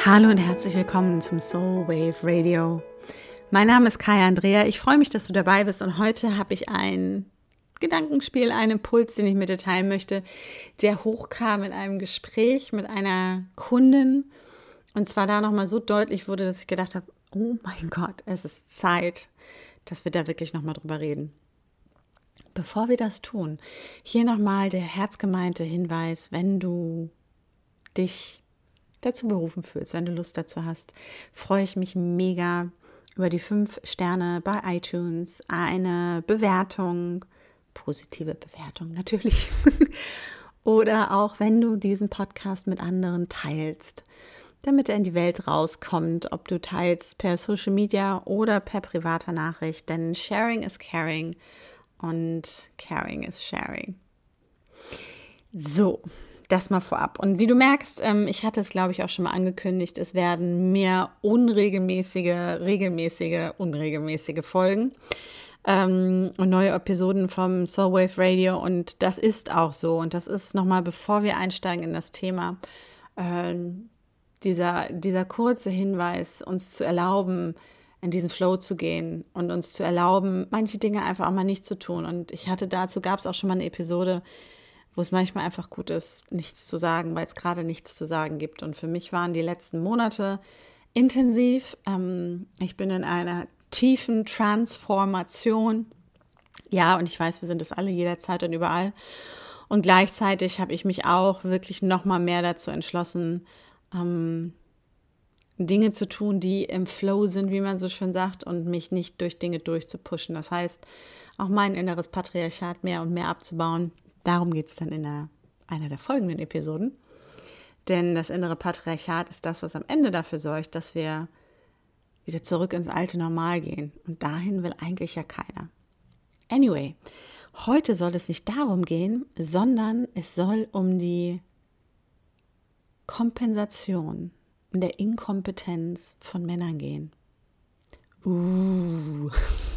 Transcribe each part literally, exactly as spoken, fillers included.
Hallo und herzlich willkommen zum Soul Wave Radio. Mein Name ist Kaya Andrea. Ich freue mich, dass du dabei bist und heute habe ich ein Gedankenspiel, einen Impuls, den ich mit dir teilen möchte, der hochkam in einem Gespräch mit einer Kundin und zwar da nochmal so deutlich wurde, dass ich gedacht habe, oh mein Gott, es ist Zeit, dass wir da wirklich nochmal drüber reden. Bevor wir das tun, hier nochmal der herzgemeinte Hinweis, wenn du dich dazu berufen fühlst, wenn du Lust dazu hast, freue ich mich mega über die fünf Sterne bei iTunes, eine Bewertung, positive Bewertung natürlich, oder auch wenn du diesen Podcast mit anderen teilst, damit er in die Welt rauskommt, ob du teilst per Social Media oder per privater Nachricht, denn Sharing is Caring und Caring is Sharing. So, das mal vorab. Und wie du merkst, ich hatte es, glaube ich, auch schon mal angekündigt, es werden mehr unregelmäßige, regelmäßige, unregelmäßige Folgen ähm, und neue Episoden vom Soul Wave Radio. Und das ist auch so. Und das ist nochmal, bevor wir einsteigen in das Thema, äh, dieser, dieser kurze Hinweis, uns zu erlauben, in diesen Flow zu gehen und uns zu erlauben, manche Dinge einfach auch mal nicht zu tun. Und ich hatte dazu, gab es auch schon mal eine Episode, wo es manchmal einfach gut ist, nichts zu sagen, weil es gerade nichts zu sagen gibt. Und für mich waren die letzten Monate intensiv. Ähm, ich bin in einer tiefen Transformation. Ja, und ich weiß, wir sind es alle jederzeit und überall. Und gleichzeitig habe ich mich auch wirklich noch mal mehr dazu entschlossen, ähm, Dinge zu tun, die im Flow sind, wie man so schön sagt, und mich nicht durch Dinge durchzupushen. Das heißt, auch mein inneres Patriarchat mehr und mehr abzubauen. Darum geht es dann in einer, einer der folgenden Episoden. Denn das innere Patriarchat ist das, was am Ende dafür sorgt, dass wir wieder zurück ins alte Normal gehen. Und dahin will eigentlich ja keiner. Anyway, heute soll es nicht darum gehen, sondern es soll um die Kompensation der Inkompetenz von Männern gehen. Uh.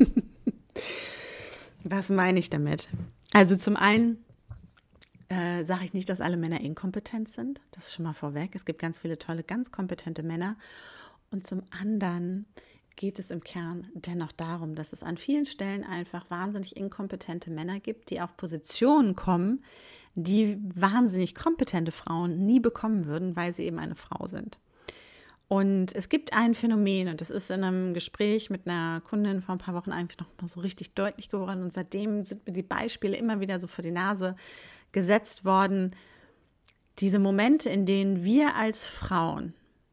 Was meine ich damit? Also zum einen äh, sage ich nicht, dass alle Männer inkompetent sind. Das ist schon mal vorweg. Es gibt ganz viele tolle, ganz kompetente Männer. Und zum anderen geht es im Kern dennoch darum, dass es an vielen Stellen einfach wahnsinnig inkompetente Männer gibt, die auf Positionen kommen, die wahnsinnig kompetente Frauen nie bekommen würden, weil sie eben eine Frau sind. Und es gibt ein Phänomen, und das ist in einem Gespräch mit einer Kundin vor ein paar Wochen eigentlich noch mal so richtig deutlich geworden. Und seitdem sind mir die Beispiele immer wieder so vor die Nase gesetzt worden. Diese Momente, in denen wir als Frauen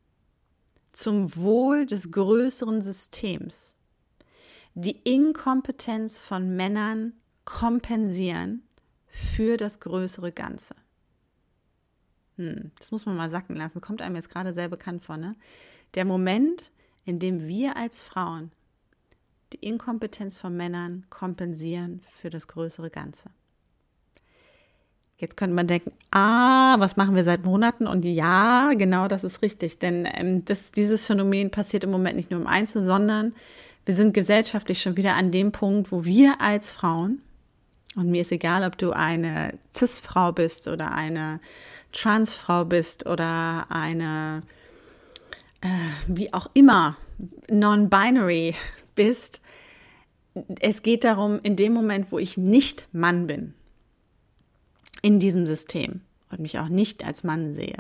zum Wohl des größeren Systems die Inkompetenz von Männern kompensieren für das größere Ganze. Hm, das muss man mal sacken lassen, kommt einem jetzt gerade sehr bekannt vor, ne? Der Moment, in dem wir als Frauen die Inkompetenz von Männern kompensieren für das größere Ganze. Jetzt könnte man denken, ah, was machen wir seit Monaten? Und ja, genau, das ist richtig, denn ähm, das, dieses Phänomen passiert im Moment nicht nur im Einzelnen, sondern wir sind gesellschaftlich schon wieder an dem Punkt, wo wir als Frauen, und mir ist egal, ob du eine Cis-Frau bist oder eine Transfrau bist oder eine, äh, wie auch immer, non-binary bist. Es geht darum, in dem Moment, wo ich nicht Mann bin, in diesem System und mich auch nicht als Mann sehe,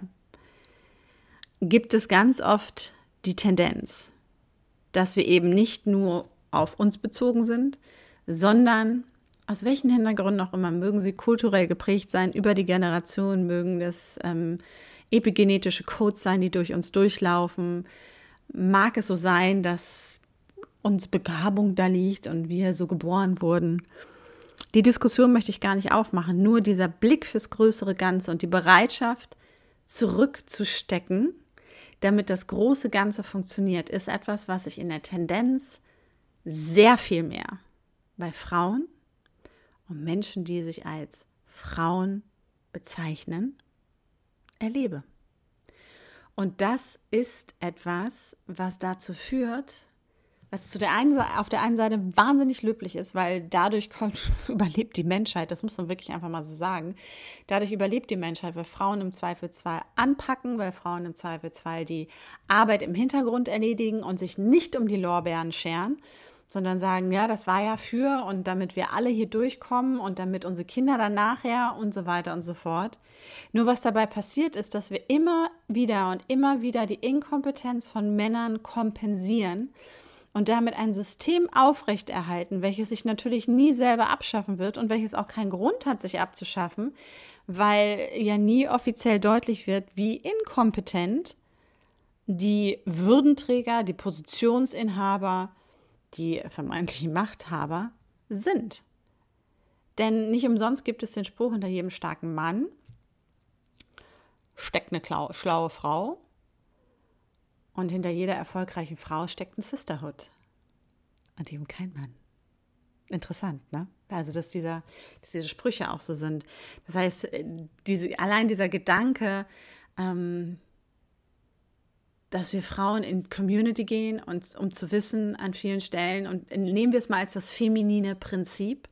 gibt es ganz oft die Tendenz, dass wir eben nicht nur auf uns bezogen sind, sondern aus welchen Hintergründen auch immer, mögen sie kulturell geprägt sein, über die Generation, mögen das ähm, epigenetische Codes sein, die durch uns durchlaufen. Mag es so sein, dass uns Begabung da liegt und wir so geboren wurden. Die Diskussion möchte ich gar nicht aufmachen, nur dieser Blick fürs größere Ganze und die Bereitschaft, zurückzustecken, damit das große Ganze funktioniert, ist etwas, was ich in der Tendenz sehr viel mehr bei Frauen und Menschen, die sich als Frauen bezeichnen, erlebe. Und das ist etwas, was dazu führt, Was zu der einen, auf der einen Seite wahnsinnig löblich ist, weil dadurch kommt, überlebt die Menschheit, das muss man wirklich einfach mal so sagen, dadurch überlebt die Menschheit, weil Frauen im Zweifelsfall anpacken, weil Frauen im Zweifelsfall die Arbeit im Hintergrund erledigen und sich nicht um die Lorbeeren scheren, sondern sagen, ja, das war ja für und damit wir alle hier durchkommen und damit unsere Kinder dann nachher und so weiter und so fort. Nur was dabei passiert ist, dass wir immer wieder und immer wieder die Inkompetenz von Männern kompensieren und damit ein System aufrechterhalten, welches sich natürlich nie selber abschaffen wird und welches auch keinen Grund hat, sich abzuschaffen, weil ja nie offiziell deutlich wird, wie inkompetent die Würdenträger, die Positionsinhaber, die vermeintlichen Machthaber sind. Denn nicht umsonst gibt es den Spruch, hinter jedem starken Mann steckt eine schlaue Frau und hinter jeder erfolgreichen Frau steckt ein Sisterhood. Und eben kein Mann. Interessant, ne? Also, dass, dieser, dass diese Sprüche auch so sind. Das heißt, diese, allein dieser Gedanke, ähm, dass wir Frauen in Community gehen, und, um zu wissen an vielen Stellen, und nehmen wir es mal als das feminine Prinzip,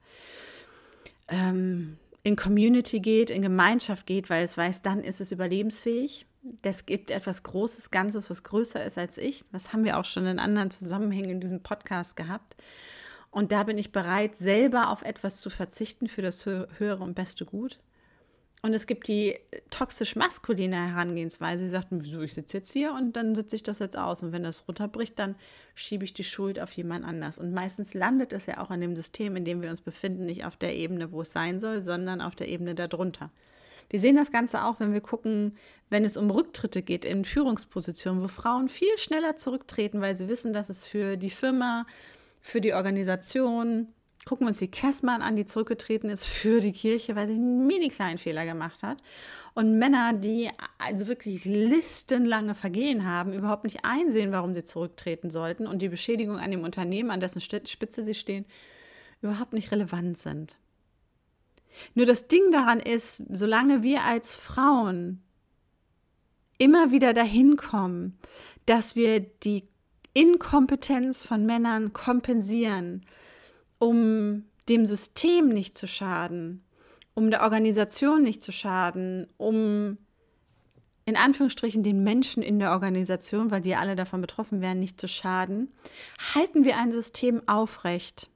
ähm, in Community geht, in Gemeinschaft geht, weil es weiß, dann ist es überlebensfähig. Es gibt etwas Großes, Ganzes, was größer ist als ich. Das haben wir auch schon in anderen Zusammenhängen in diesem Podcast gehabt. Und da bin ich bereit, selber auf etwas zu verzichten für das höhere und beste Gut. Und es gibt die toxisch-maskuline Herangehensweise, die sagt, wieso, ich sitze jetzt hier und dann sitze ich das jetzt aus. Und wenn das runterbricht, dann schiebe ich die Schuld auf jemand anders. Und meistens landet es ja auch an dem System, in dem wir uns befinden, nicht auf der Ebene, wo es sein soll, sondern auf der Ebene darunter. Wir sehen das Ganze auch, wenn wir gucken, wenn es um Rücktritte geht in Führungspositionen, wo Frauen viel schneller zurücktreten, weil sie wissen, dass es für die Firma, für die Organisation, gucken wir uns die Kessmann an, die zurückgetreten ist für die Kirche, weil sie einen mini kleinen Fehler gemacht hat. Und Männer, die also wirklich listenlange Vergehen haben, überhaupt nicht einsehen, warum sie zurücktreten sollten und die Beschädigung an dem Unternehmen, an dessen Spitze sie stehen, überhaupt nicht relevant sind. Nur das Ding daran ist, solange wir als Frauen immer wieder dahin kommen, dass wir die Inkompetenz von Männern kompensieren, um dem System nicht zu schaden, um der Organisation nicht zu schaden, um in Anführungsstrichen den Menschen in der Organisation, weil die alle davon betroffen wären, nicht zu schaden, halten wir ein System aufrecht,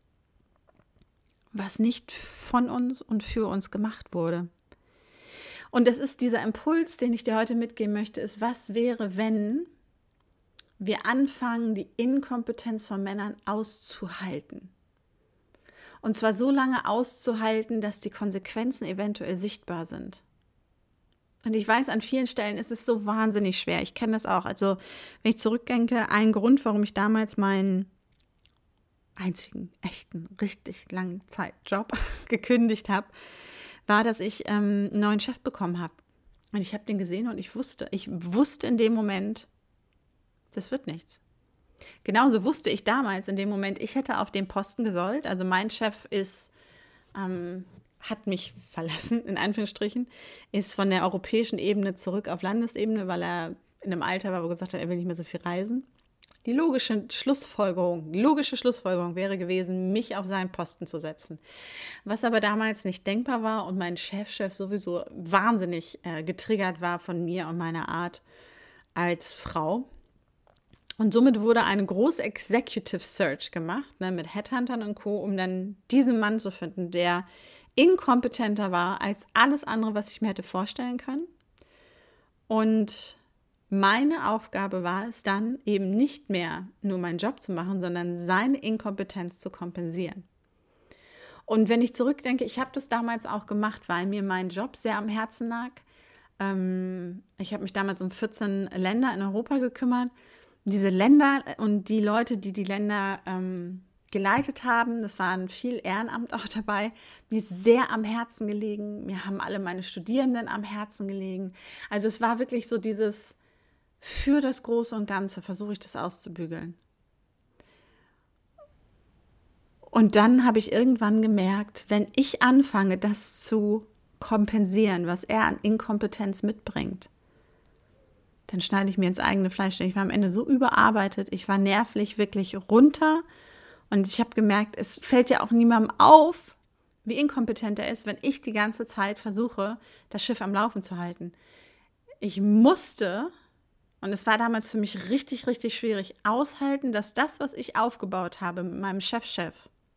was nicht von uns und für uns gemacht wurde. Und das ist dieser Impuls, den ich dir heute mitgeben möchte, ist, was wäre, wenn wir anfangen, die Inkompetenz von Männern auszuhalten. Und zwar so lange auszuhalten, dass die Konsequenzen eventuell sichtbar sind. Und ich weiß, an vielen Stellen ist es so wahnsinnig schwer. Ich kenne das auch. Also, wenn ich zurückdenke, ein Grund, warum ich damals meinen einzigen, echten, richtig langen Zeitjob gekündigt habe, war, dass ich ähm, einen neuen Chef bekommen habe. Und ich habe den gesehen und ich wusste, ich wusste in dem Moment, das wird nichts. Genauso wusste ich damals in dem Moment, ich hätte auf den Posten gesollt. Also mein Chef ist, ähm, hat mich verlassen, in Anführungsstrichen, ist von der europäischen Ebene zurück auf Landesebene, weil er in einem Alter war, wo er gesagt hat, er will nicht mehr so viel reisen. Die logische Schlussfolgerung, die logische Schlussfolgerung wäre gewesen, mich auf seinen Posten zu setzen. Was aber damals nicht denkbar war und mein Chefchef sowieso wahnsinnig äh, getriggert war von mir und meiner Art als Frau. Und somit wurde eine große Executive Search gemacht, ne, mit Headhuntern und Co., um dann diesen Mann zu finden, der inkompetenter war als alles andere, was ich mir hätte vorstellen können. Und meine Aufgabe war es dann eben nicht mehr nur meinen Job zu machen, sondern seine Inkompetenz zu kompensieren. Und wenn ich zurückdenke, ich habe das damals auch gemacht, weil mir mein Job sehr am Herzen lag. Ähm, ich habe mich damals um vierzehn Länder in Europa gekümmert. Diese Länder und die Leute, die die Länder ähm, geleitet haben, das waren viel Ehrenamt auch dabei, mir ist sehr am Herzen gelegen. Mir haben alle meine Studierenden am Herzen gelegen. Also es war wirklich so dieses, für das Große und Ganze versuche ich das auszubügeln. Und dann habe ich irgendwann gemerkt, wenn ich anfange, das zu kompensieren, was er an Inkompetenz mitbringt, dann schneide ich mir ins eigene Fleisch. Denn ich war am Ende so überarbeitet, ich war nervlich wirklich runter und ich habe gemerkt, es fällt ja auch niemandem auf, wie inkompetent er ist, wenn ich die ganze Zeit versuche, das Schiff am Laufen zu halten. Ich musste, und es war damals für mich richtig, richtig schwierig, aushalten, dass das, was ich aufgebaut habe mit meinem Chefchef,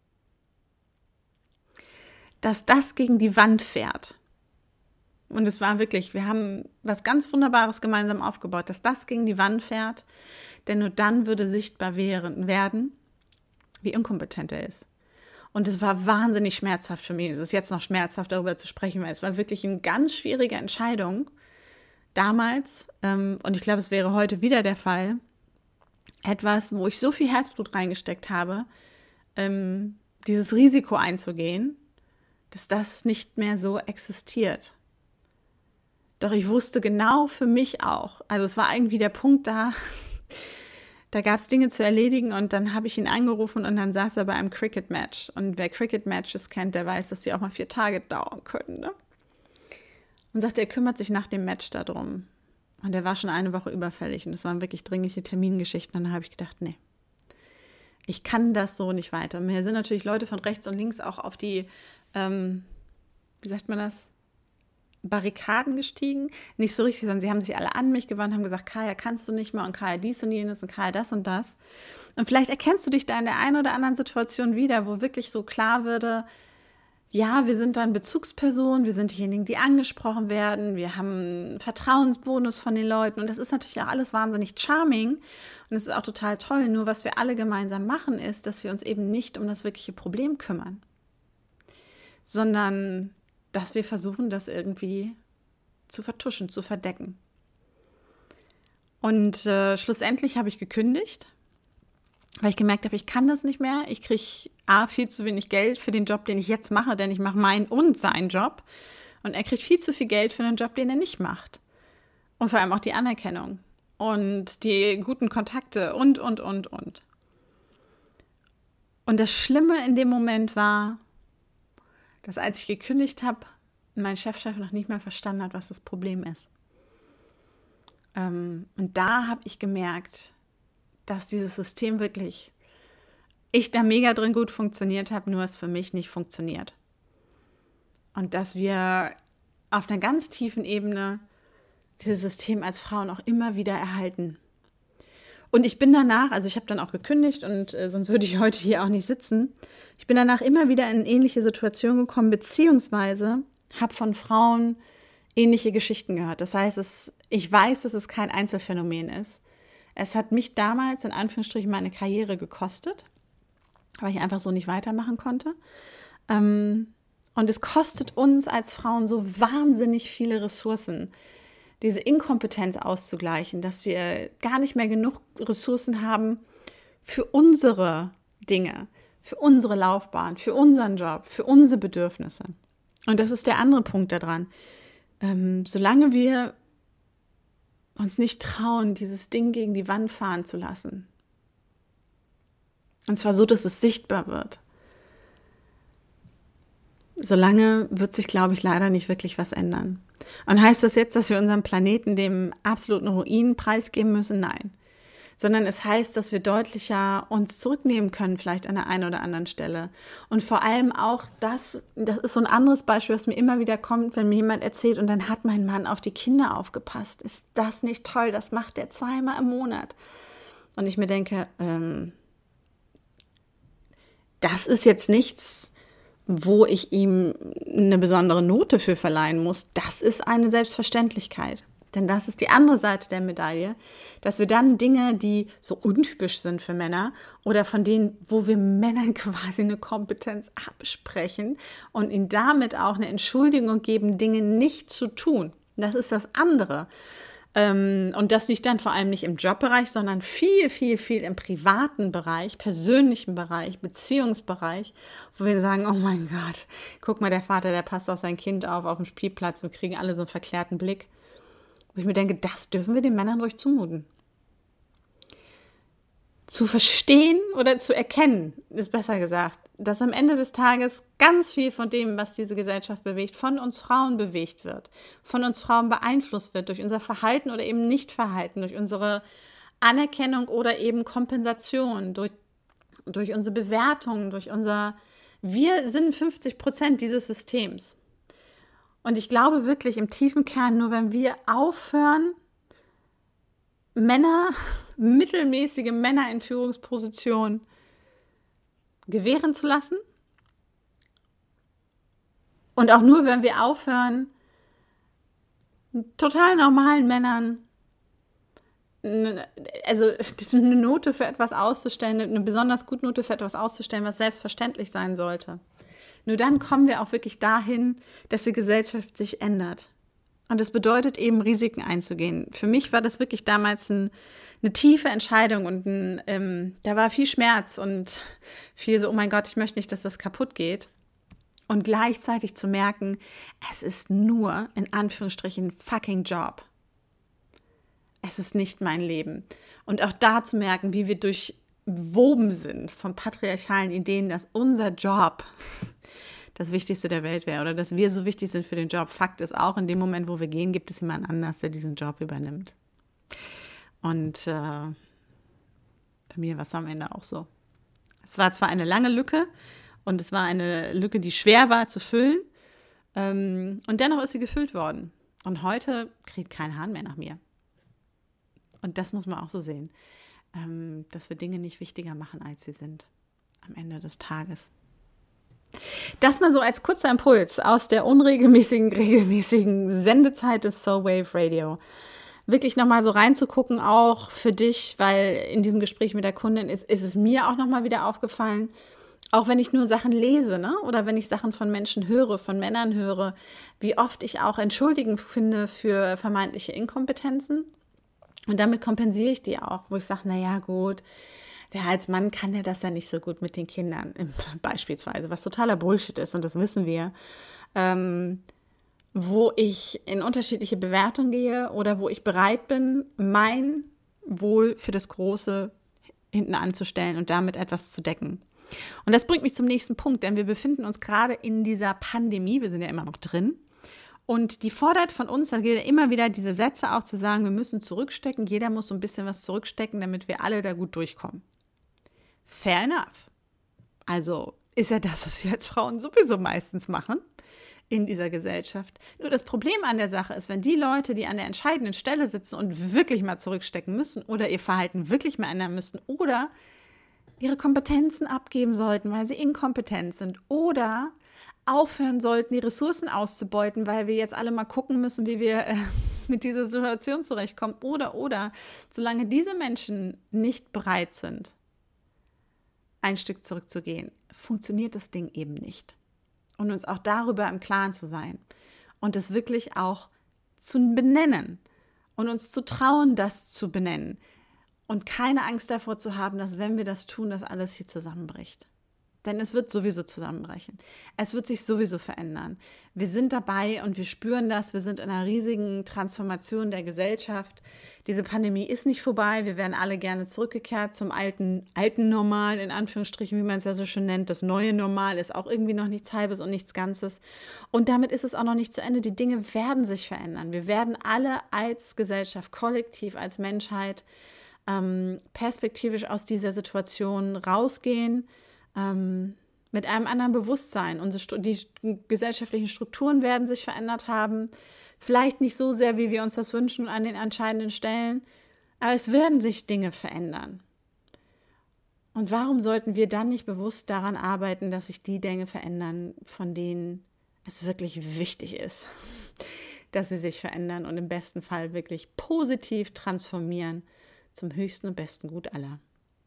dass das gegen die Wand fährt. Und es war wirklich, wir haben was ganz Wunderbares gemeinsam aufgebaut, dass das gegen die Wand fährt, denn nur dann würde sichtbar werden, wie inkompetent er ist. Und es war wahnsinnig schmerzhaft für mich. Es ist jetzt noch schmerzhaft, darüber zu sprechen, weil es war wirklich eine ganz schwierige Entscheidung damals. Ähm, und ich glaube, es wäre heute wieder der Fall. Etwas, wo ich so viel Herzblut reingesteckt habe, ähm, dieses Risiko einzugehen, dass das nicht mehr so existiert. Doch ich wusste genau für mich auch, also es war irgendwie der Punkt da, da gab es Dinge zu erledigen und dann habe ich ihn angerufen und dann saß er bei einem Cricket-Match. Und wer Cricket-Matches kennt, der weiß, dass die auch mal vier Tage dauern können. Ne? Und sagte, er kümmert sich nach dem Match darum. Und er war schon eine Woche überfällig und es waren wirklich dringliche Termingeschichten. Und dann habe ich gedacht, nee, ich kann das so nicht weiter. Und mir sind natürlich Leute von rechts und links auch auf die, ähm, wie sagt man das, Barrikaden gestiegen, nicht so richtig, sondern sie haben sich alle an mich gewandt, haben gesagt, Kaya, kannst du nicht mehr und Kaya dies und jenes und Kaya das und das. Und vielleicht erkennst du dich da in der einen oder anderen Situation wieder, wo wirklich so klar würde, ja, wir sind dann Bezugspersonen, wir sind diejenigen, die angesprochen werden, wir haben einen Vertrauensbonus von den Leuten und das ist natürlich auch alles wahnsinnig charming und es ist auch total toll, nur was wir alle gemeinsam machen ist, dass wir uns eben nicht um das wirkliche Problem kümmern, sondern dass wir versuchen, das irgendwie zu vertuschen, zu verdecken. Und äh, schlussendlich habe ich gekündigt, weil ich gemerkt habe, ich kann das nicht mehr. Ich kriege A, viel zu wenig Geld für den Job, den ich jetzt mache, denn ich mache meinen und seinen Job. Und er kriegt viel zu viel Geld für einen Job, den er nicht macht. Und vor allem auch die Anerkennung und die guten Kontakte und, und, und, und. Und das Schlimme in dem Moment war, dass als ich gekündigt habe, mein Chefchef noch nicht mehr verstanden hat, was das Problem ist. Ähm, und da habe ich gemerkt, dass dieses System wirklich, ich da mega drin gut funktioniert habe, nur es für mich nicht funktioniert. Und dass wir auf einer ganz tiefen Ebene dieses System als Frauen auch immer wieder erhalten. Und ich bin danach, also ich habe dann auch gekündigt und äh, sonst würde ich heute hier auch nicht sitzen. Ich bin danach immer wieder in ähnliche Situationen gekommen, beziehungsweise habe von Frauen ähnliche Geschichten gehört. Das heißt, es, ich weiß, dass es kein Einzelfenomen ist. Es hat mich damals in Anführungsstrichen meine Karriere gekostet, weil ich einfach so nicht weitermachen konnte. Ähm, und es kostet uns als Frauen so wahnsinnig viele Ressourcen, diese Inkompetenz auszugleichen, dass wir gar nicht mehr genug Ressourcen haben für unsere Dinge, für unsere Laufbahn, für unseren Job, für unsere Bedürfnisse. Und das ist der andere Punkt daran. Ähm, solange wir uns nicht trauen, dieses Ding gegen die Wand fahren zu lassen, und zwar so, dass es sichtbar wird, solange wird sich, glaube ich, leider nicht wirklich was ändern. Und heißt das jetzt, dass wir unseren Planeten dem absoluten Ruin preisgeben müssen? Nein. Sondern es heißt, dass wir deutlicher uns zurücknehmen können, vielleicht an der einen oder anderen Stelle. Und vor allem auch das, das ist so ein anderes Beispiel, was mir immer wieder kommt, wenn mir jemand erzählt, und dann hat mein Mann auf die Kinder aufgepasst. Ist das nicht toll? Das macht er zweimal im Monat. Und ich mir denke, ähm, das ist jetzt nichts, wo ich ihm eine besondere Note für verleihen muss. Das ist eine Selbstverständlichkeit. Denn das ist die andere Seite der Medaille, dass wir dann Dinge, die so untypisch sind für Männer oder von denen, wo wir Männern quasi eine Kompetenz absprechen und ihnen damit auch eine Entschuldigung geben, Dinge nicht zu tun. Das ist das andere. Und das liegt dann vor allem nicht im Jobbereich, sondern viel, viel, viel im privaten Bereich, persönlichen Bereich, Beziehungsbereich, wo wir sagen, oh mein Gott, guck mal, der Vater, der passt auf sein Kind auf, auf dem Spielplatz, wir kriegen alle so einen verklärten Blick. Wo ich mir denke, das dürfen wir den Männern ruhig zumuten. zu verstehen oder zu erkennen, ist besser gesagt, dass am Ende des Tages ganz viel von dem, was diese Gesellschaft bewegt, von uns Frauen bewegt wird, von uns Frauen beeinflusst wird durch unser Verhalten oder eben Nichtverhalten, durch unsere Anerkennung oder eben Kompensation, durch, durch unsere Bewertung, durch unser, wir sind fünfzig Prozent dieses Systems. Und ich glaube wirklich im tiefen Kern, nur wenn wir aufhören, Männer, mittelmäßige Männer in Führungspositionen gewähren zu lassen. Und auch nur, wenn wir aufhören, total normalen Männern also eine Note für etwas auszustellen, eine besonders gute Note für etwas auszustellen, was selbstverständlich sein sollte. Nur dann kommen wir auch wirklich dahin, dass die Gesellschaft sich ändert. Und das bedeutet eben, Risiken einzugehen. Für mich war das wirklich damals ein, eine tiefe Entscheidung und ein, ähm, da war viel Schmerz und viel so, oh mein Gott, ich möchte nicht, dass das kaputt geht. Und gleichzeitig zu merken, es ist nur, in Anführungsstrichen, fucking Job. Es ist nicht mein Leben. Und auch da zu merken, wie wir durchwoben sind von patriarchalen Ideen, dass unser Job das Wichtigste der Welt wäre oder dass wir so wichtig sind für den Job. Fakt ist auch, in dem Moment, wo wir gehen, gibt es jemand anders, der diesen Job übernimmt. Und äh, bei mir war es am Ende auch so. Es war zwar eine lange Lücke und es war eine Lücke, die schwer war zu füllen. Ähm, und dennoch ist sie gefüllt worden. Und heute kriegt kein Hahn mehr nach mir. Und das muss man auch so sehen, ähm, dass wir Dinge nicht wichtiger machen, als sie sind am Ende des Tages. Das mal so als kurzer Impuls aus der unregelmäßigen, regelmäßigen Sendezeit des Soul Wave Radio. Wirklich nochmal so reinzugucken, auch für dich, weil in diesem Gespräch mit der Kundin ist, ist es mir auch nochmal wieder aufgefallen, auch wenn ich nur Sachen lese, ne? Oder wenn ich Sachen von Menschen höre, von Männern höre, wie oft ich auch Entschuldigen finde für vermeintliche Inkompetenzen. Und damit kompensiere ich die auch, wo ich sage, naja gut, der als Mann kann ja das ja nicht so gut mit den Kindern, beispielsweise, was totaler Bullshit ist und das wissen wir, ähm, wo ich in unterschiedliche Bewertungen gehe oder wo ich bereit bin, mein Wohl für das Große hinten anzustellen und damit etwas zu decken. Und das bringt mich zum nächsten Punkt, denn wir befinden uns gerade in dieser Pandemie, wir sind ja immer noch drin. Und die fordert von uns, da gilt immer wieder diese Sätze auch zu sagen, wir müssen zurückstecken, jeder muss so ein bisschen was zurückstecken, damit wir alle da gut durchkommen. Fair enough. Also ist ja das, was wir als Frauen sowieso meistens machen in dieser Gesellschaft. Nur das Problem an der Sache ist, wenn die Leute, die an der entscheidenden Stelle sitzen und wirklich mal zurückstecken müssen oder ihr Verhalten wirklich mal ändern müssen oder ihre Kompetenzen abgeben sollten, weil sie inkompetent sind oder aufhören sollten, die Ressourcen auszubeuten, weil wir jetzt alle mal gucken müssen, wie wir äh, mit dieser Situation zurechtkommen. Oder, oder, solange diese Menschen nicht bereit sind, ein Stück zurückzugehen, funktioniert das Ding eben nicht. Und uns auch darüber im Klaren zu sein und es wirklich auch zu benennen und uns zu trauen, das zu benennen und keine Angst davor zu haben, dass wenn wir das tun, dass alles hier zusammenbricht. Denn es wird sowieso zusammenbrechen. Es wird sich sowieso verändern. Wir sind dabei und wir spüren das. Wir sind in einer riesigen Transformation der Gesellschaft. Diese Pandemie ist nicht vorbei. Wir wären alle gerne zurückgekehrt zum alten, alten Normal, in Anführungsstrichen, wie man es ja so schön nennt. Das neue Normal ist auch irgendwie noch nichts Halbes und nichts Ganzes. Und damit ist es auch noch nicht zu Ende. Die Dinge werden sich verändern. Wir werden alle als Gesellschaft, kollektiv, als Menschheit ähm, perspektivisch aus dieser Situation rausgehen, Ähm, mit einem anderen Bewusstsein. Unsere, die gesellschaftlichen Strukturen werden sich verändert haben. Vielleicht nicht so sehr, wie wir uns das wünschen an den entscheidenden Stellen, aber es werden sich Dinge verändern. Und warum sollten wir dann nicht bewusst daran arbeiten, dass sich die Dinge verändern, von denen es wirklich wichtig ist, dass sie sich verändern und im besten Fall wirklich positiv transformieren zum höchsten und besten Gut aller.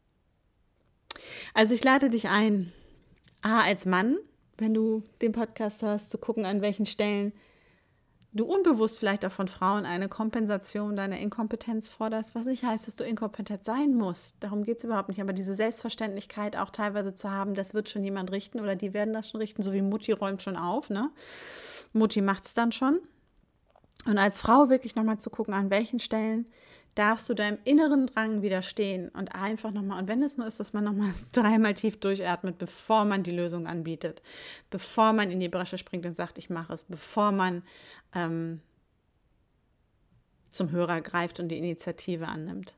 Also ich lade dich ein, A, als Mann, wenn du den Podcast hörst, zu gucken, an welchen Stellen du unbewusst vielleicht auch von Frauen eine Kompensation deiner Inkompetenz forderst, was nicht heißt, dass du inkompetent sein musst. Darum geht es überhaupt nicht. Aber diese Selbstverständlichkeit auch teilweise zu haben, das wird schon jemand richten oder die werden das schon richten, so wie Mutti räumt schon auf, ne? Mutti macht es dann schon. Und als Frau wirklich nochmal zu gucken, an welchen Stellen darfst du deinem inneren Drang widerstehen und einfach nochmal, und wenn es nur ist, dass man nochmal dreimal tief durchatmet, bevor man die Lösung anbietet, bevor man in die Bresche springt und sagt, ich mache es, bevor man ähm, zum Hörer greift und die Initiative annimmt.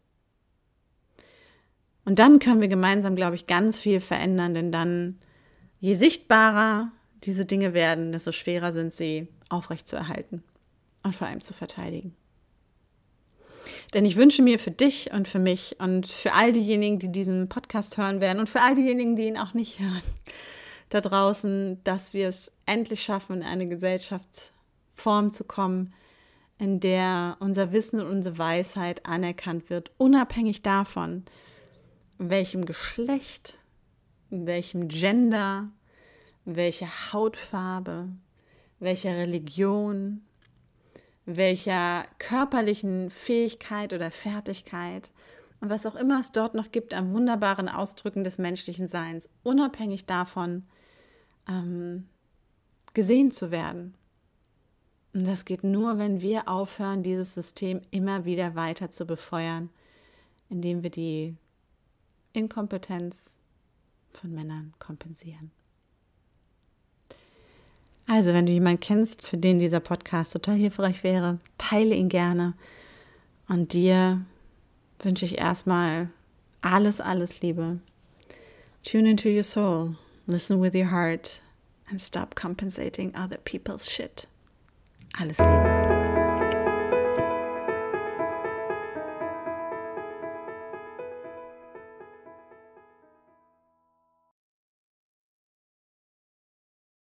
Und dann können wir gemeinsam, glaube ich, ganz viel verändern, denn dann, je sichtbarer diese Dinge werden, desto schwerer sind sie aufrechtzuerhalten und vor allem zu verteidigen. Denn ich wünsche mir für dich und für mich und für all diejenigen, die diesen Podcast hören werden und für all diejenigen, die ihn auch nicht hören, da draußen, dass wir es endlich schaffen, in eine Gesellschaftsform zu kommen, in der unser Wissen und unsere Weisheit anerkannt wird, unabhängig davon, in welchem Geschlecht, in welchem Gender, welche Hautfarbe, welcher Religion, welcher körperlichen Fähigkeit oder Fertigkeit und was auch immer es dort noch gibt an wunderbaren Ausdrücken des menschlichen Seins, unabhängig davon ähm, gesehen zu werden. Und das geht nur, wenn wir aufhören, dieses System immer wieder weiter zu befeuern, indem wir die Inkompetenz von Männern kompensieren. Also, wenn du jemanden kennst, für den dieser Podcast total hilfreich wäre, teile ihn gerne. Und dir wünsche ich erstmal alles, alles Liebe. Tune into your soul, listen with your heart and stop compensating other people's shit. Alles Liebe.